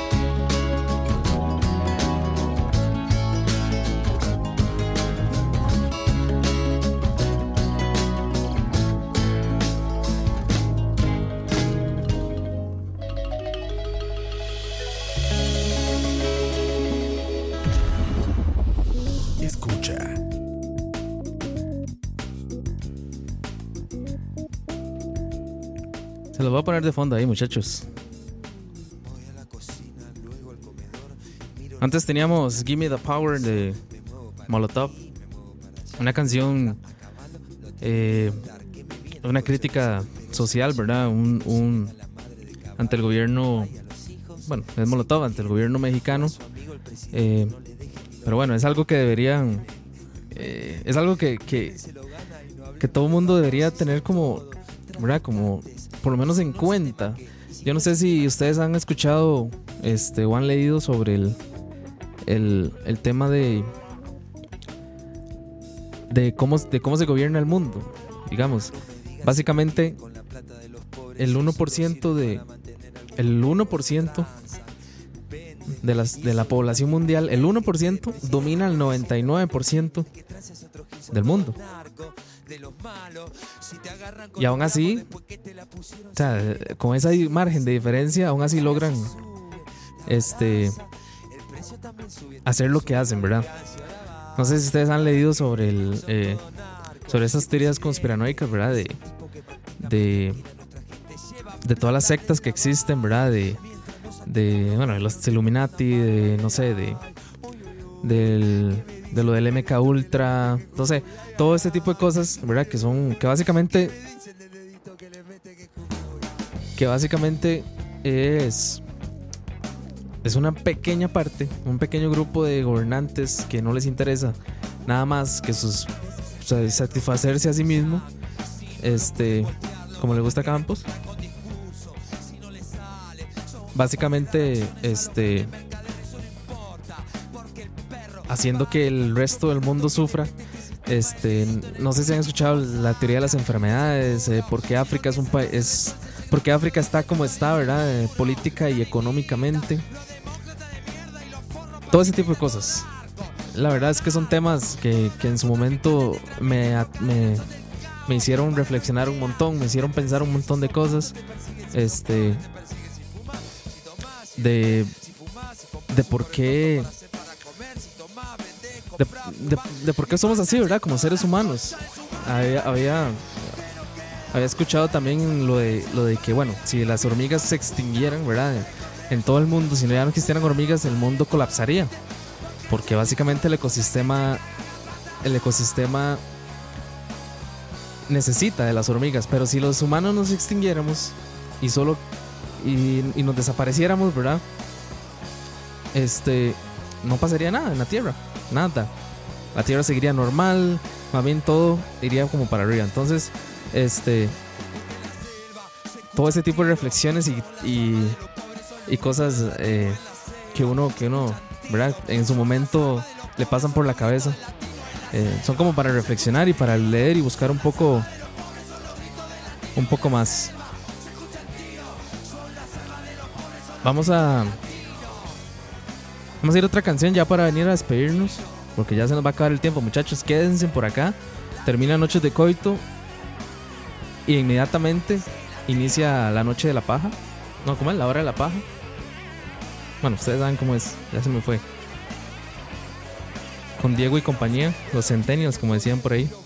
Escucha. Se los voy a poner de fondo ahí, muchachos. Antes teníamos Gimme the Power de Molotov. Una canción, eh, una crítica social, ¿verdad? Un, un ante el gobierno, bueno, es Molotov, ante el gobierno mexicano. Eh, pero bueno, es algo que deberían, eh, es algo que, que, que todo el mundo debería tener como, ¿verdad? Como, por lo menos en cuenta. Yo no sé si ustedes han escuchado este, o han leído sobre el, el, el tema de, de, cómo, de cómo se gobierna el mundo. Digamos, básicamente el uno por ciento de el uno por ciento de, las, de la población mundial, el uno por ciento domina el noventa y nueve por ciento del mundo. Y aún así, o sea, con ese margen de diferencia, aún así logran este hacer lo que hacen, ¿verdad? No sé si ustedes han leído sobre el eh, sobre esas teorías conspiranoicas, ¿verdad? De, de de todas las sectas que existen, ¿verdad? De, de bueno, de los Illuminati, de no sé, de del de lo del M K Ultra, no sé, todo este tipo de cosas, ¿verdad? Que son, que básicamente que básicamente es es una pequeña parte, un pequeño grupo de gobernantes que no les interesa nada más que sus, o sea, satisfacerse a sí mismo, este, como le gusta a Campos, básicamente, este, haciendo que el resto del mundo sufra. Este, no sé si han escuchado la teoría de las enfermedades, eh, por qué África es un país, por qué África está como está, ¿verdad? Eh, política y económicamente. Todo ese tipo de cosas. La verdad es que son temas que, que en su momento me, me, me hicieron reflexionar un montón, me hicieron pensar un montón de cosas. Este, de, de por qué. De, de, de por qué somos así, ¿verdad? Como seres humanos. Había, había había escuchado también lo de, lo de que, bueno, si las hormigas se extinguieran, ¿verdad? En todo el mundo, si ya no existieran hormigas, el mundo colapsaría. Porque básicamente el ecosistema, el ecosistema necesita de las hormigas. Pero si los humanos nos extinguiéramos y solo y, y nos desapareciéramos, ¿verdad? Este, no pasaría nada en la Tierra, nada. La Tierra seguiría normal, más bien todo iría como para arriba. Entonces, este, todo ese tipo de reflexiones y, y, y cosas eh, que uno, que uno, ¿verdad? En su momento le pasan por la cabeza. Eh, son como para reflexionar y para leer y buscar un poco, un poco más. Vamos a, vamos a ir a otra canción ya para venir a despedirnos, porque ya se nos va a acabar el tiempo, muchachos. Quédense por acá. Termina Noches de Coito y inmediatamente inicia la Noche de la Paja. No, ¿cómo es? La Hora de la Paja. Bueno, ustedes saben cómo es. Ya se me fue. Con Diego y compañía, los Centennials, como decían por ahí.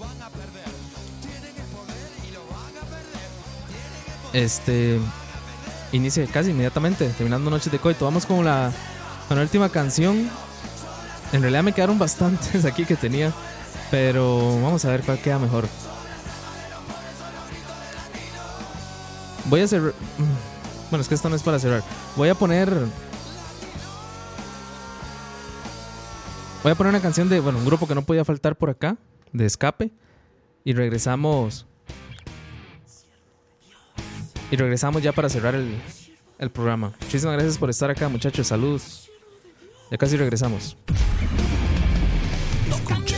Este inicia casi inmediatamente, terminando Noches de Coito. Vamos con la, con la última canción. En realidad me quedaron bastantes aquí que tenía, pero vamos a ver cuál queda mejor. Voy a cerrar. Bueno, es que esto no es para cerrar. Voy a poner. Voy a poner una canción de, bueno, un grupo que no podía faltar por acá, de Escape. Y regresamos. Y regresamos ya para cerrar el, el programa. Muchísimas gracias por estar acá, muchachos. Saludos. Ya casi regresamos. Escucha.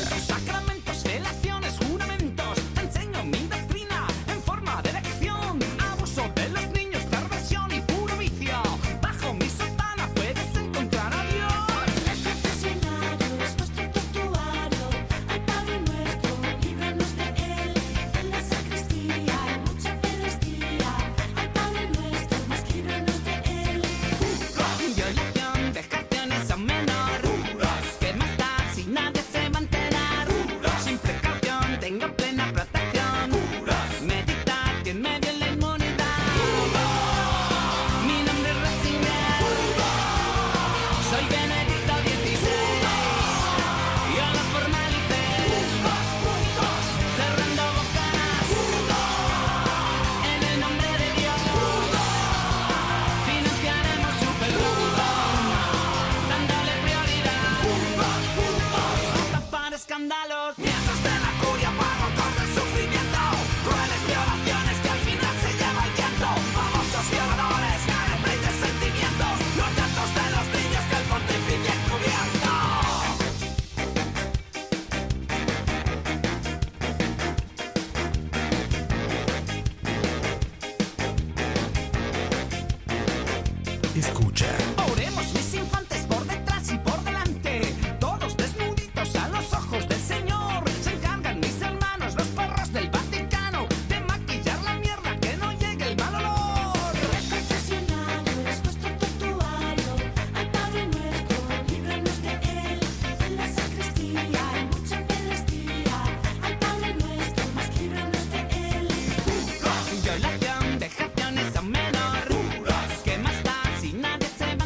Escucha. Oremos mis infantes por detrás y por delante, todos desnuditos a los ojos del Señor. Se encargan mis hermanos, los perros del Vaticano, de maquillar la mierda que no llegue el mal olor. El confesionario es nuestro santuario, al Padre nuestro, líbranos de él. En la sacristía hay mucha pedastía, al Padre nuestro, más líbranos de él. Violación, dejación es a menor, ¿qué más da si nadie se va?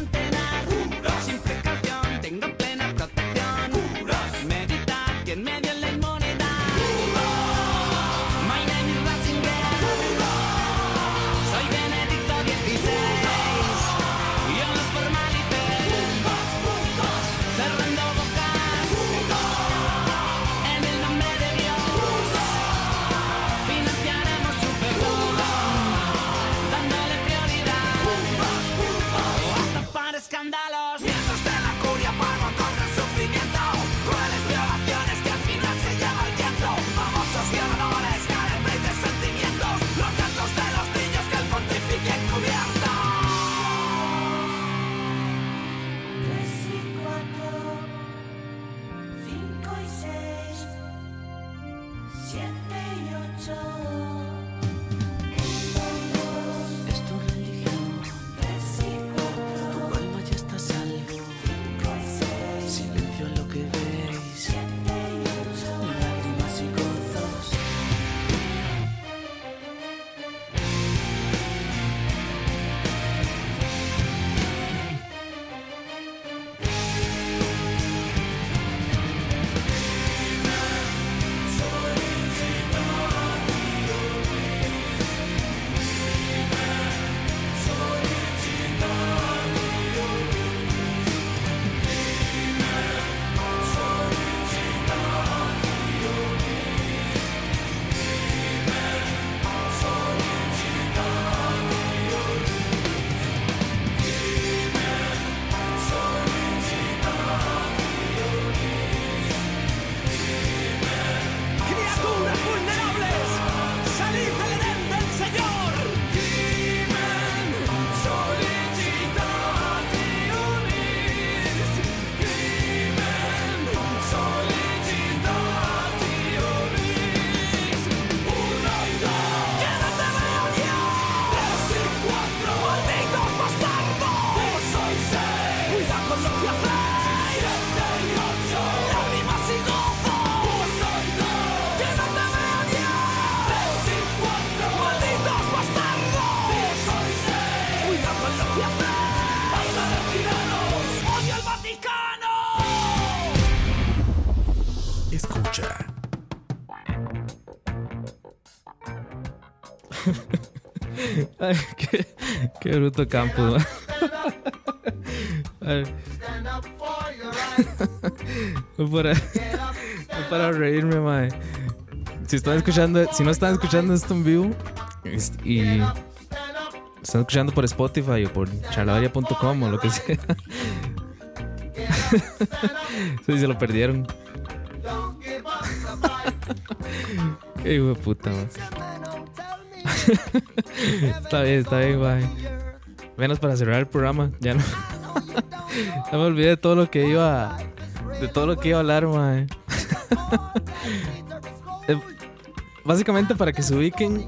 Ay, qué, qué bruto Campos, man. Ay. No para, no para reírme, mae. Si están escuchando, si no están escuchando esto en vivo es- y están escuchando por Spotify o por charlavaria punto com o lo que sea, si se lo perdieron. Qué hijo de puta, man. Está bien, está bien, mae. Menos para cerrar el programa, ya no. Ya me olvidé de todo lo que iba de todo lo que iba a hablar, mae. Eh, Básicamente para que se ubiquen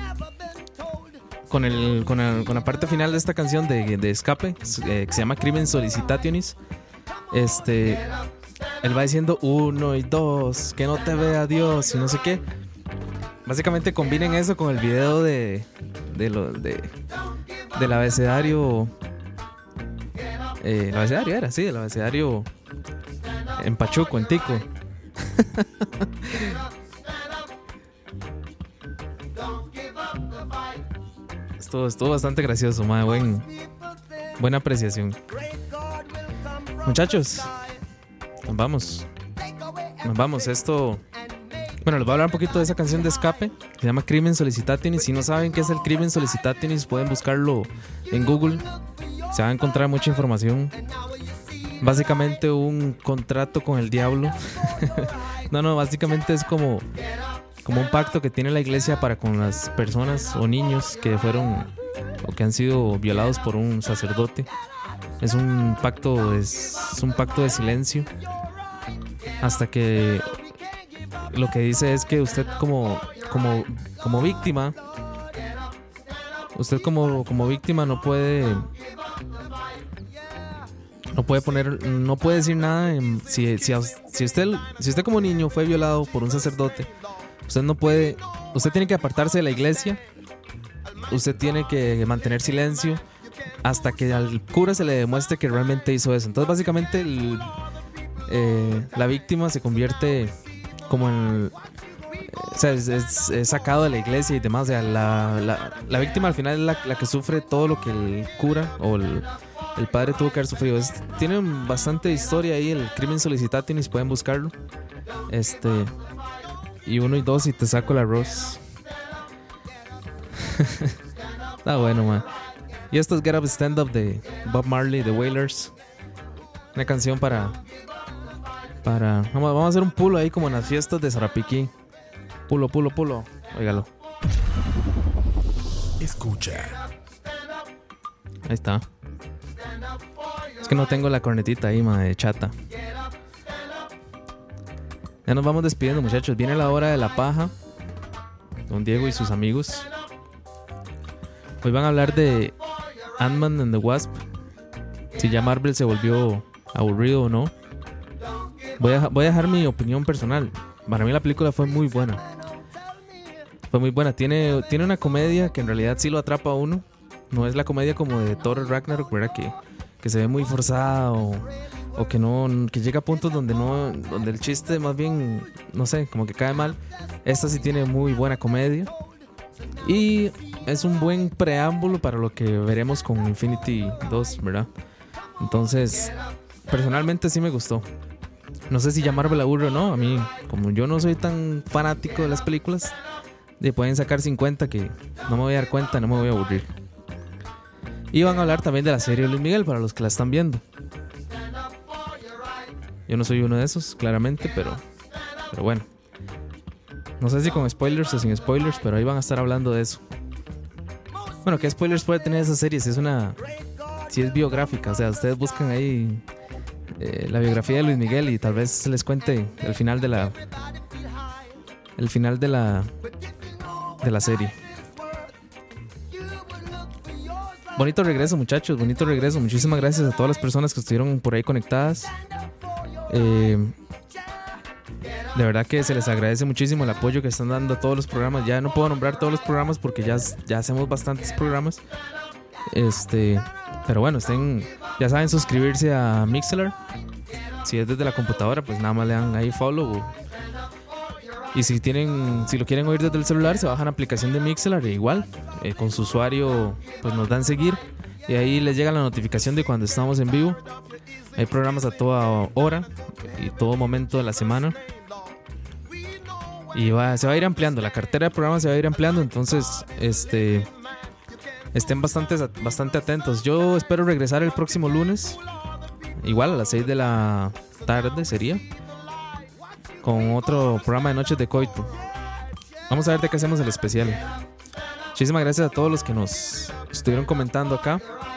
con el con, el- con la parte final de esta canción de, de Escape, eh, que se llama Crimen Solicitationis. Este, él va diciendo uno y dos, que no te vea Dios y no sé qué. Básicamente combinen eso con el video de de lo de del abecedario. Eh, el abecedario era, sí, el abecedario en Pachuco, en Tico. Estuvo, estuvo bastante gracioso, mae. Buen, buena apreciación. Muchachos, nos vamos. Nos vamos. Esto. Bueno, les voy a hablar un poquito de esa canción de Escape. Se llama Crimen Solicitationis. Si no saben qué es el Crimen Solicitationis, pueden buscarlo en Google. Se va a encontrar mucha información. Básicamente un contrato con el diablo. No, no, básicamente es como, como un pacto que tiene la iglesia para con las personas o niños que fueron o que han sido violados por un sacerdote. Es un pacto, es un pacto de silencio. Hasta que lo que dice es que usted como, como, como víctima, usted como, como víctima no puede no puede poner, no puede decir nada en- si, si, a- si usted si usted como niño fue violado por un sacerdote, usted no puede, usted tiene que apartarse de la iglesia, usted tiene que mantener silencio hasta que al cura se le demuestre que realmente hizo eso. Entonces básicamente el, eh, la víctima se convierte como en, o sea, es, es- es sacado de la iglesia y demás. O sea, la, la, la víctima al final es la, la que sufre todo lo que el cura o el, el padre tuvo que haber sufrido. Es, tiene bastante historia ahí el Crimen Solicitationis, pueden buscarlo. Este, y uno y dos y te saco el arroz. Está bueno, man. Y esto es Get Up Stand Up de Bob Marley, The Wailers. Una canción para Para vamos, vamos a hacer un pulo ahí como en las fiestas de Sarapiquí. Pulo, pulo, pulo. Óigalo. Escucha. Ahí está. Es que no tengo la cornetita ahí, ma, de chata. Ya nos vamos despidiendo, muchachos. Viene la hora de la paja. Don Diego y sus amigos. Hoy van a hablar de Ant-Man and the Wasp. Si ya Marvel se volvió aburrido o no. Voy a, voy a dejar mi opinión personal. Para mí la película fue muy buena. Fue muy buena. Tiene, tiene una comedia que en realidad sí lo atrapa a uno. No es la comedia como de Thor Ragnarok, ¿verdad? Que, que se ve muy forzada o, o que no, que llega a puntos donde no, donde el chiste más bien, no sé, como que cae mal. Esta sí tiene muy buena comedia y es un buen preámbulo para lo que veremos con Infinity dos, ¿verdad? Entonces, personalmente sí me gustó. No sé si llamarme la aburre o no. A mí, como yo no soy tan fanático de las películas, le pueden sacar cincuenta que no me voy a dar cuenta, no me voy a aburrir. Y van a hablar también de la serie de Luis Miguel para los que la están viendo. Yo no soy uno de esos, claramente, pero, pero bueno. No sé si con spoilers o sin spoilers, pero ahí van a estar hablando de eso. Bueno, ¿qué spoilers puede tener esa serie? Si es una... Si es biográfica, o sea, ustedes buscan ahí eh, la biografía de Luis Miguel y tal vez les cuente el final de la... El final de la... De la serie. Bonito regreso, muchachos, bonito regreso. Muchísimas gracias a todas las personas que estuvieron por ahí conectadas. Eh, de verdad que se les agradece muchísimo el apoyo que están dando a todos los programas. Ya no puedo nombrar todos los programas porque ya, ya hacemos bastantes programas. Este, pero bueno, estén, ya saben, suscribirse a Mixlr. Si es desde la computadora, pues nada más le dan ahí follow. Y si tienen, si lo quieren oír desde el celular, se bajan la aplicación de Mixlr e igual, eh, con su usuario, pues nos dan seguir y ahí les llega la notificación de cuando estamos en vivo. Hay programas a toda hora y todo momento de la semana. Y va, se va a ir ampliando, la cartera de programas se va a ir ampliando, entonces este estén bastante, bastante atentos. Yo espero regresar el próximo lunes, igual a las seis de la tarde sería, con otro programa de Noches de Coito. Vamos a ver de qué hacemos el especial. Muchísimas gracias a todos los que nos estuvieron comentando acá.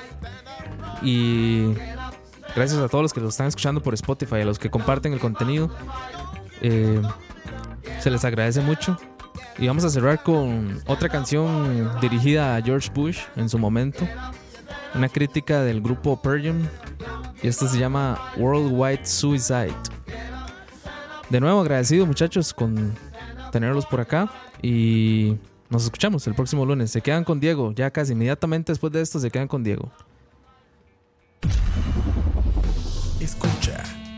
Y gracias a todos los que lo están escuchando por Spotify, a los que comparten el contenido. Eh, se les agradece mucho. Y vamos a cerrar con otra canción dirigida a George Bush en su momento. Una crítica del grupo Pearl Jam. Y esta se llama Worldwide Suicide. De nuevo agradecido, muchachos, con tenerlos por acá. Y nos escuchamos el próximo lunes. Se quedan con Diego. Ya casi inmediatamente después de esto se quedan con Diego. Escucha.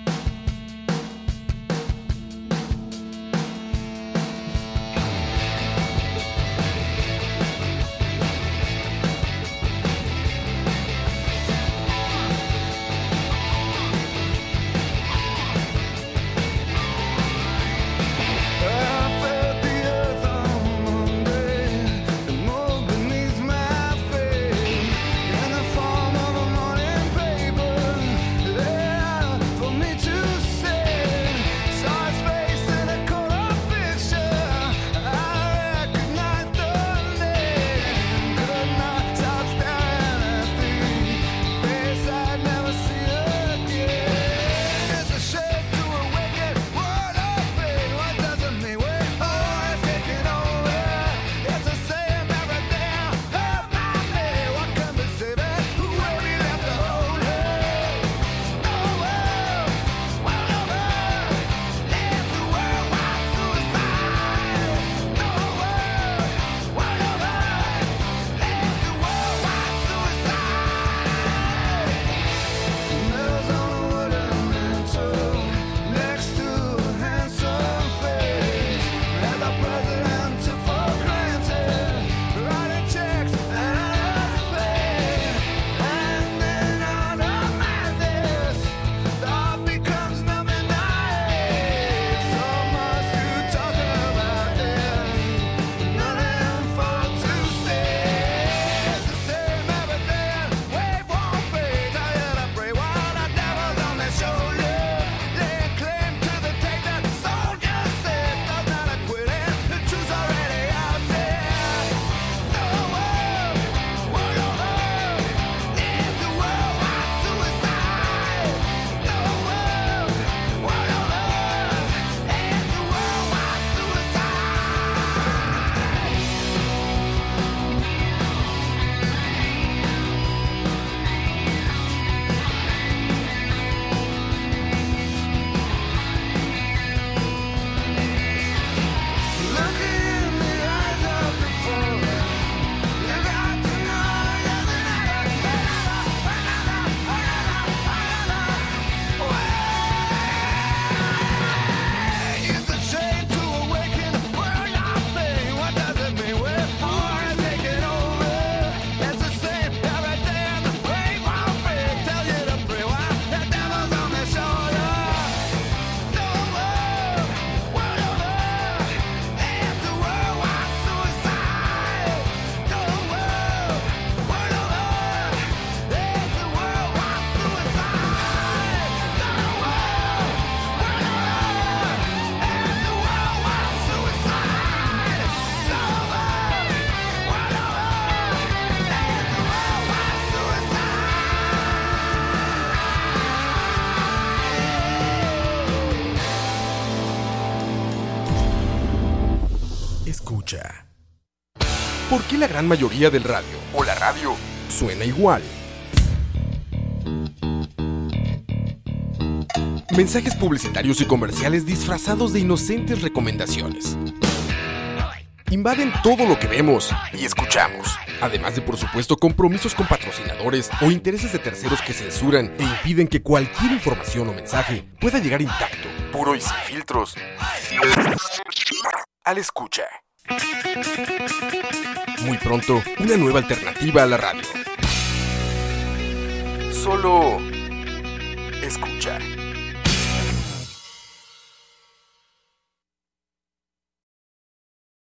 Escucha. ¿Por qué la gran mayoría del radio o la radio suena igual? Mensajes publicitarios y comerciales disfrazados de inocentes recomendaciones. Invaden todo lo que vemos y escuchamos, además de, por supuesto, compromisos con patrocinadores o intereses de terceros que censuran e impiden que cualquier información o mensaje pueda llegar intacto, puro y sin filtros al escucha. Muy pronto, una nueva alternativa a la radio. Solo escucha.